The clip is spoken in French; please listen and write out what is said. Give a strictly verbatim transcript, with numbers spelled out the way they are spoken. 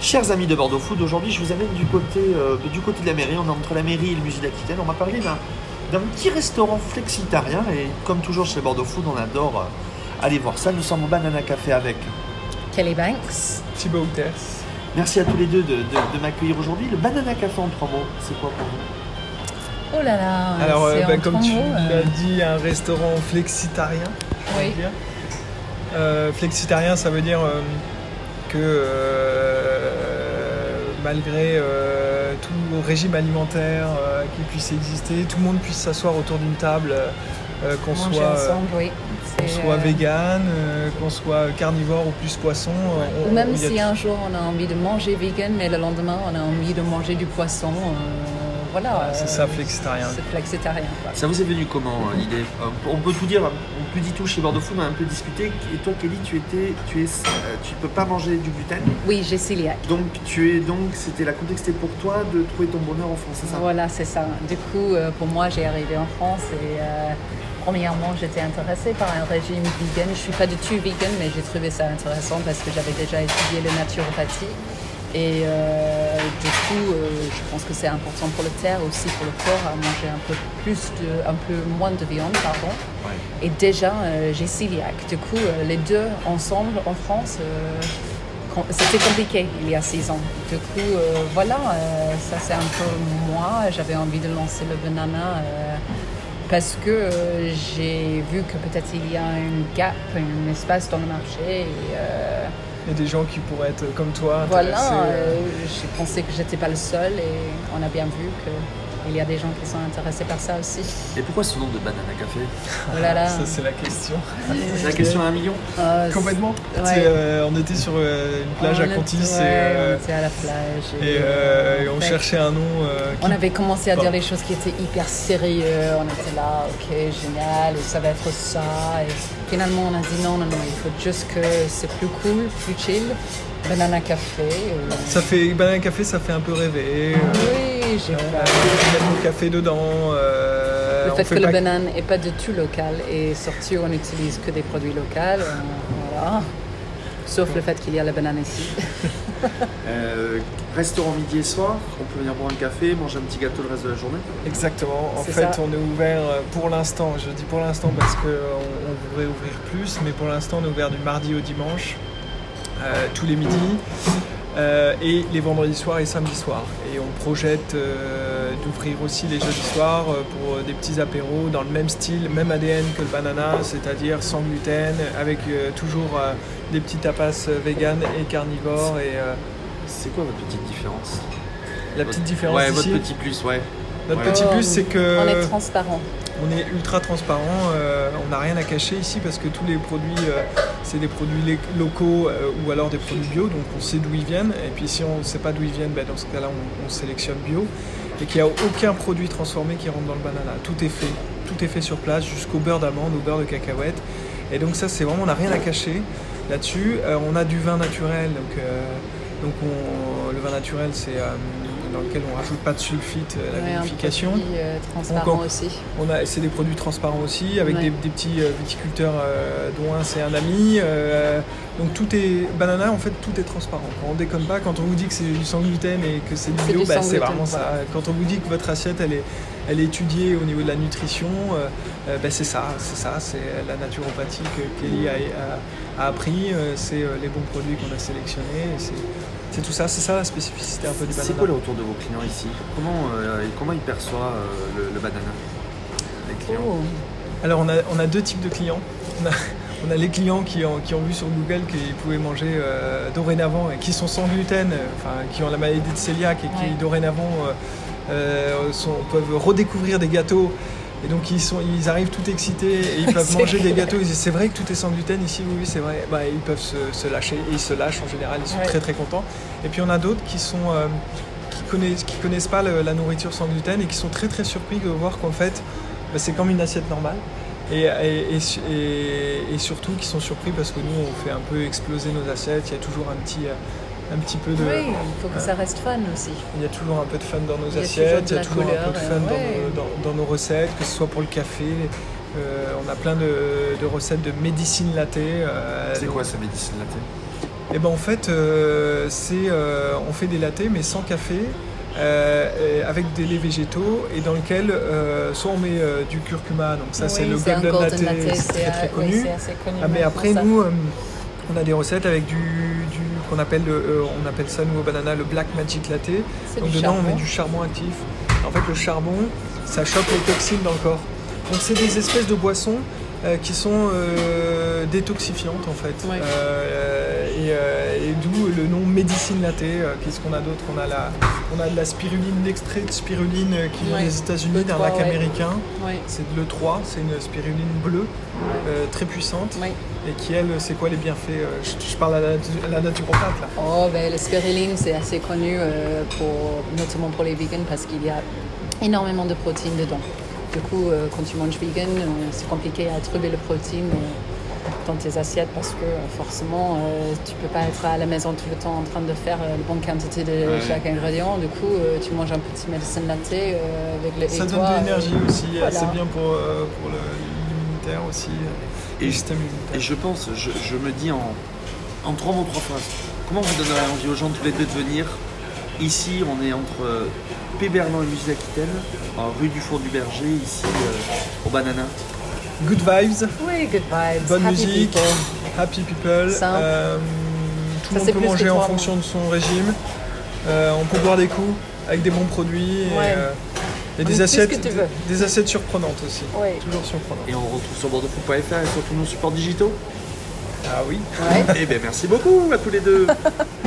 Chers amis de Bordeaux Food, aujourd'hui je vous amène du côté, euh, du côté de la mairie. On est entre la mairie et le musée d'Aquitaine. On m'a parlé d'un, d'un petit restaurant flexitarien et comme toujours chez Bordeaux Food, on adore euh, aller voir ça. Nous sommes au Banana Café avec Kelly Banks, Thibaut Outers. Merci à tous les deux de, de, de m'accueillir aujourd'hui. Le Banana Café en trois mots, c'est quoi pour vous? Oh là là, Alors, c'est euh, bah, en comme trois tu mots, l'as euh, dit, un restaurant flexitarien. je veux Oui. dire. Euh, flexitarien, ça veut dire euh, que euh, malgré euh, tout régime alimentaire euh, qui puisse exister, tout le monde puisse s'asseoir autour d'une table, euh, qu'on manger soit, euh, ensemble, oui. qu'on C'est, soit euh, vegan, euh, qu'on soit carnivore ou plus poisson. euh, on- Ou même il y a si tout. un jour on a envie de manger vegan, mais le lendemain on a envie de manger du poisson, euh, voilà. Ouais, c'est euh, ça, flexitarien. C'est flexitarien, quoi. Ça vous est venu comment hein, l'idée? Euh, On peut tout dire, on peut dire tout chez Bordeaux Food, on a un peu discuté. Et toi Kelly, tu étais, tu es, euh, tu peux pas manger du gluten. Oui, j'ai cœliaque. Donc tu es donc c'était la complexité pour toi de trouver ton bonheur en France, c'est ça? Voilà, c'est ça. Du coup, euh, pour moi, j'ai arrivé en France et euh, premièrement, j'étais intéressée par un régime vegan. Je suis pas du tout vegan, mais j'ai trouvé ça intéressant parce que j'avais déjà étudié la naturopathie. Et euh, du coup, euh, je pense que c'est important pour le terre, aussi pour le corps, à manger un peu plus de, un peu moins de viande, pardon. Ouais. Et déjà, euh, j'ai cœliaque. Du coup, euh, les deux ensemble en France, euh, com- c'était compliqué il y a six ans. Du coup, euh, voilà, euh, ça c'est un peu moi. J'avais envie de lancer le banana euh, parce que euh, j'ai vu que peut-être il y a une gap, un espace dans le marché. Et, euh, Il y a des gens qui pourraient être comme toi, voilà, intéressés, euh, euh, j'ai pensé que j'étais pas le seul et on a bien vu qu'il y a des gens qui sont intéressés par ça aussi. Et pourquoi ce nom de Banana Café? Oh là là. Ça, c'est la question. C'est la question à un million. Euh, Complètement. Ouais. C'est, euh, on était sur euh, une plage on à était- Contis ouais, et, euh, on était à la plage. et, euh, et on en fait, cherchait un nom. euh, qui- On avait commencé à Bon. dire des choses qui étaient hyper sérieux. On était là, ok, génial, et ça va être ça. Et finalement, on a dit non, non, non, il faut juste que c'est plus cool, plus chill. Banana café. euh, Ça fait Banana Café, ça fait un peu rêver. euh, Oui, j'ai euh, pas. mettre mon café dedans. euh, Le on fait fait que pas- le banane n'est pas du tout local et surtout on n'utilise que des produits locaux. euh, voilà. Sauf le fait qu'il y a la banane ici. Euh, restaurant midi et soir, on peut venir boire un café, manger un petit gâteau le reste de la journée. Exactement. En C'est fait, ça. on est ouvert euh, pour l'instant. Je dis pour l'instant parce qu'on on voudrait ouvrir plus, mais pour l'instant, on est ouvert du mardi au dimanche, euh, tous les midis, euh, et les vendredis soirs et samedis soirs. Et on projette euh, d'ouvrir aussi les jeudis soirs euh, pour euh, des petits apéros dans le même style, même A D N que le banana, c'est-à-dire sans gluten, avec euh, toujours euh, des petits tapas euh, vegan et carnivores. Et euh, C'est quoi votre petite différence? la petite Votre- différence Ouais, ici, votre petit plus, ouais. notre Ouais. petit Oh, plus, c'est que On est transparent. on est ultra transparent, euh, on n'a rien à cacher ici parce que tous les produits, euh, c'est des produits lé- locaux euh, ou alors des produits bio, donc on sait d'où ils viennent. Et puis si on ne sait pas d'où ils viennent, ben dans ce cas-là, on, on sélectionne bio. Et qu'il n'y a aucun produit transformé qui rentre dans le banana. Tout est fait, tout est fait sur place, jusqu'au beurre d'amande, au beurre de cacahuète. Et donc ça, c'est vraiment, on n'a rien à cacher là-dessus. Euh, on a du vin naturel, donc, euh, donc on- le vin naturel, c'est euh, dans lequel on rajoute pas de sulfite, euh, la Ouais, un vinification. produit, euh, transparent Encore. aussi. On a, c'est des produits transparents aussi, avec Ouais. des, des petits euh, viticulteurs euh, dont un c'est un ami. euh, donc tout est banana, en fait tout est transparent. Quand on déconne pas, quand on vous dit que c'est du sans gluten et que c'est du C'est bio, du bah, sans c'est gluten, vraiment ça. voilà. Quand on vous dit que votre assiette elle est, elle est étudiée au niveau de la nutrition, euh, euh, bah, c'est ça, c'est ça, c'est la naturopathie que Kelly a, a- a appris, euh, c'est euh, les bons produits qu'on a sélectionnés. et c'est, c'est tout ça, c'est ça la spécificité un peu du banana. C'est quoi le retour de vos clients ici? Comment, euh, et comment ils perçoivent euh, le, le banana? Les clients. Oh. Alors on a, on a deux types de clients. On a, on a les clients qui ont, qui ont vu sur Google qu'ils pouvaient manger euh, dorénavant et qui sont sans gluten, euh, enfin qui ont la maladie de cœliaque et qui Ouais. dorénavant euh, euh, sont- peuvent redécouvrir des gâteaux. Et donc ils, sont, ils arrivent tout excités et ils peuvent C'est manger des clair. gâteaux. Ils disent c'est vrai que tout est sans gluten ici, oui, oui c'est vrai. Bah, ils peuvent se, se lâcher et ils se lâchent en général, ils sont Ouais. très très contents. Et puis on a d'autres qui sont euh, qui connaissent, qui connaissent pas le- la nourriture sans gluten et qui sont très très surpris de voir qu'en fait bah, c'est comme une assiette normale. Et, et, et, et- et surtout qui sont surpris parce que nous on fait un peu exploser nos assiettes, il y a toujours un petit, un petit peu de... Oui, il faut que ça reste fun aussi. Il y a toujours un peu de fun dans nos Il y a assiettes, il y toujours a de toujours la un peu de couleur, fun dans, ouais. nos, dans- dans nos recettes, que ce soit pour le café. Euh, on a plein de, de recettes de médecine latte. euh, C'est donc- quoi ça, médecine latte? Et ben en fait, euh, c'est, euh, on fait des lattés mais sans café, euh, avec des laits végétaux et dans lequel euh, soit on met euh, du curcuma, donc ça Oui, c'est le c'est un golden, golden latte, latte, c'est c'est, très très euh, connu. oui, c'est assez connu Ah, mais maintenant, après ça. nous, euh, on a des recettes avec du, du qu'on appelle, le, euh, on appelle ça nous au banana le black magic latte. C'est Donc du dedans on charbon. met du charbon actif. En fait le charbon, ça chope les toxines dans le corps. Donc c'est des espèces de boissons euh, qui sont euh, détoxifiantes en fait. Oui. Euh, et, euh, et d'où le nom médecine latte. Euh, Qu'est-ce qu'on a d'autre? On a la, on a de la spiruline, l'extrait de spiruline euh, qui vient Oui. des États-Unis Le d'un trois, lac ouais. américain. Oui, C'est de l'E trois, c'est une spiruline bleue euh, très puissante oui. et qui elle, c'est quoi les bienfaits? euh, je, je parle à la, à la naturopathe là. Oh, ben, le spiruline, c'est assez connu, euh, pour, notamment pour les vegans, parce qu'il y a énormément de protéines dedans. Du coup, euh, quand tu manges vegan, euh, c'est compliqué à trouver le protéine euh, dans tes assiettes parce que euh, forcément, euh, tu peux pas être à la maison tout le temps en train de faire euh, la bonne quantité de Ouais. chaque ingrédient. Du coup, euh, tu manges un petit medicine latte euh, avec le Ça et donne toi, de l'énergie euh, aussi, voilà. c'est bien pour, euh, pour le- l'immunitaire aussi, euh, Et le je- système immunitaire. Et je pense, je, je me dis en, en trois mots, trois phrases, comment vous donnerez envie aux gens tous les deux de venir? Ici, on est entre euh, Péberlan et Musée-Aquitaine, en rue du Four du Berger, ici euh, au Banana. Good vibes, Oui, good vibes. bonne happy musique, people. happy people. Simple. euh, tout Ça, le monde c'est peut plus manger que en toi, fonction de son régime. Euh, on peut boire des coups avec des bons produits. Et, Ouais. euh, et On des est tout ce assiettes, que tu des, veux. des assiettes surprenantes aussi. Ouais. Toujours surprenantes. Et on retrouve sur bordeauxfood point f r et sur tous nos supports digitaux. Ah oui. Ouais. Eh bien, merci beaucoup à tous les deux.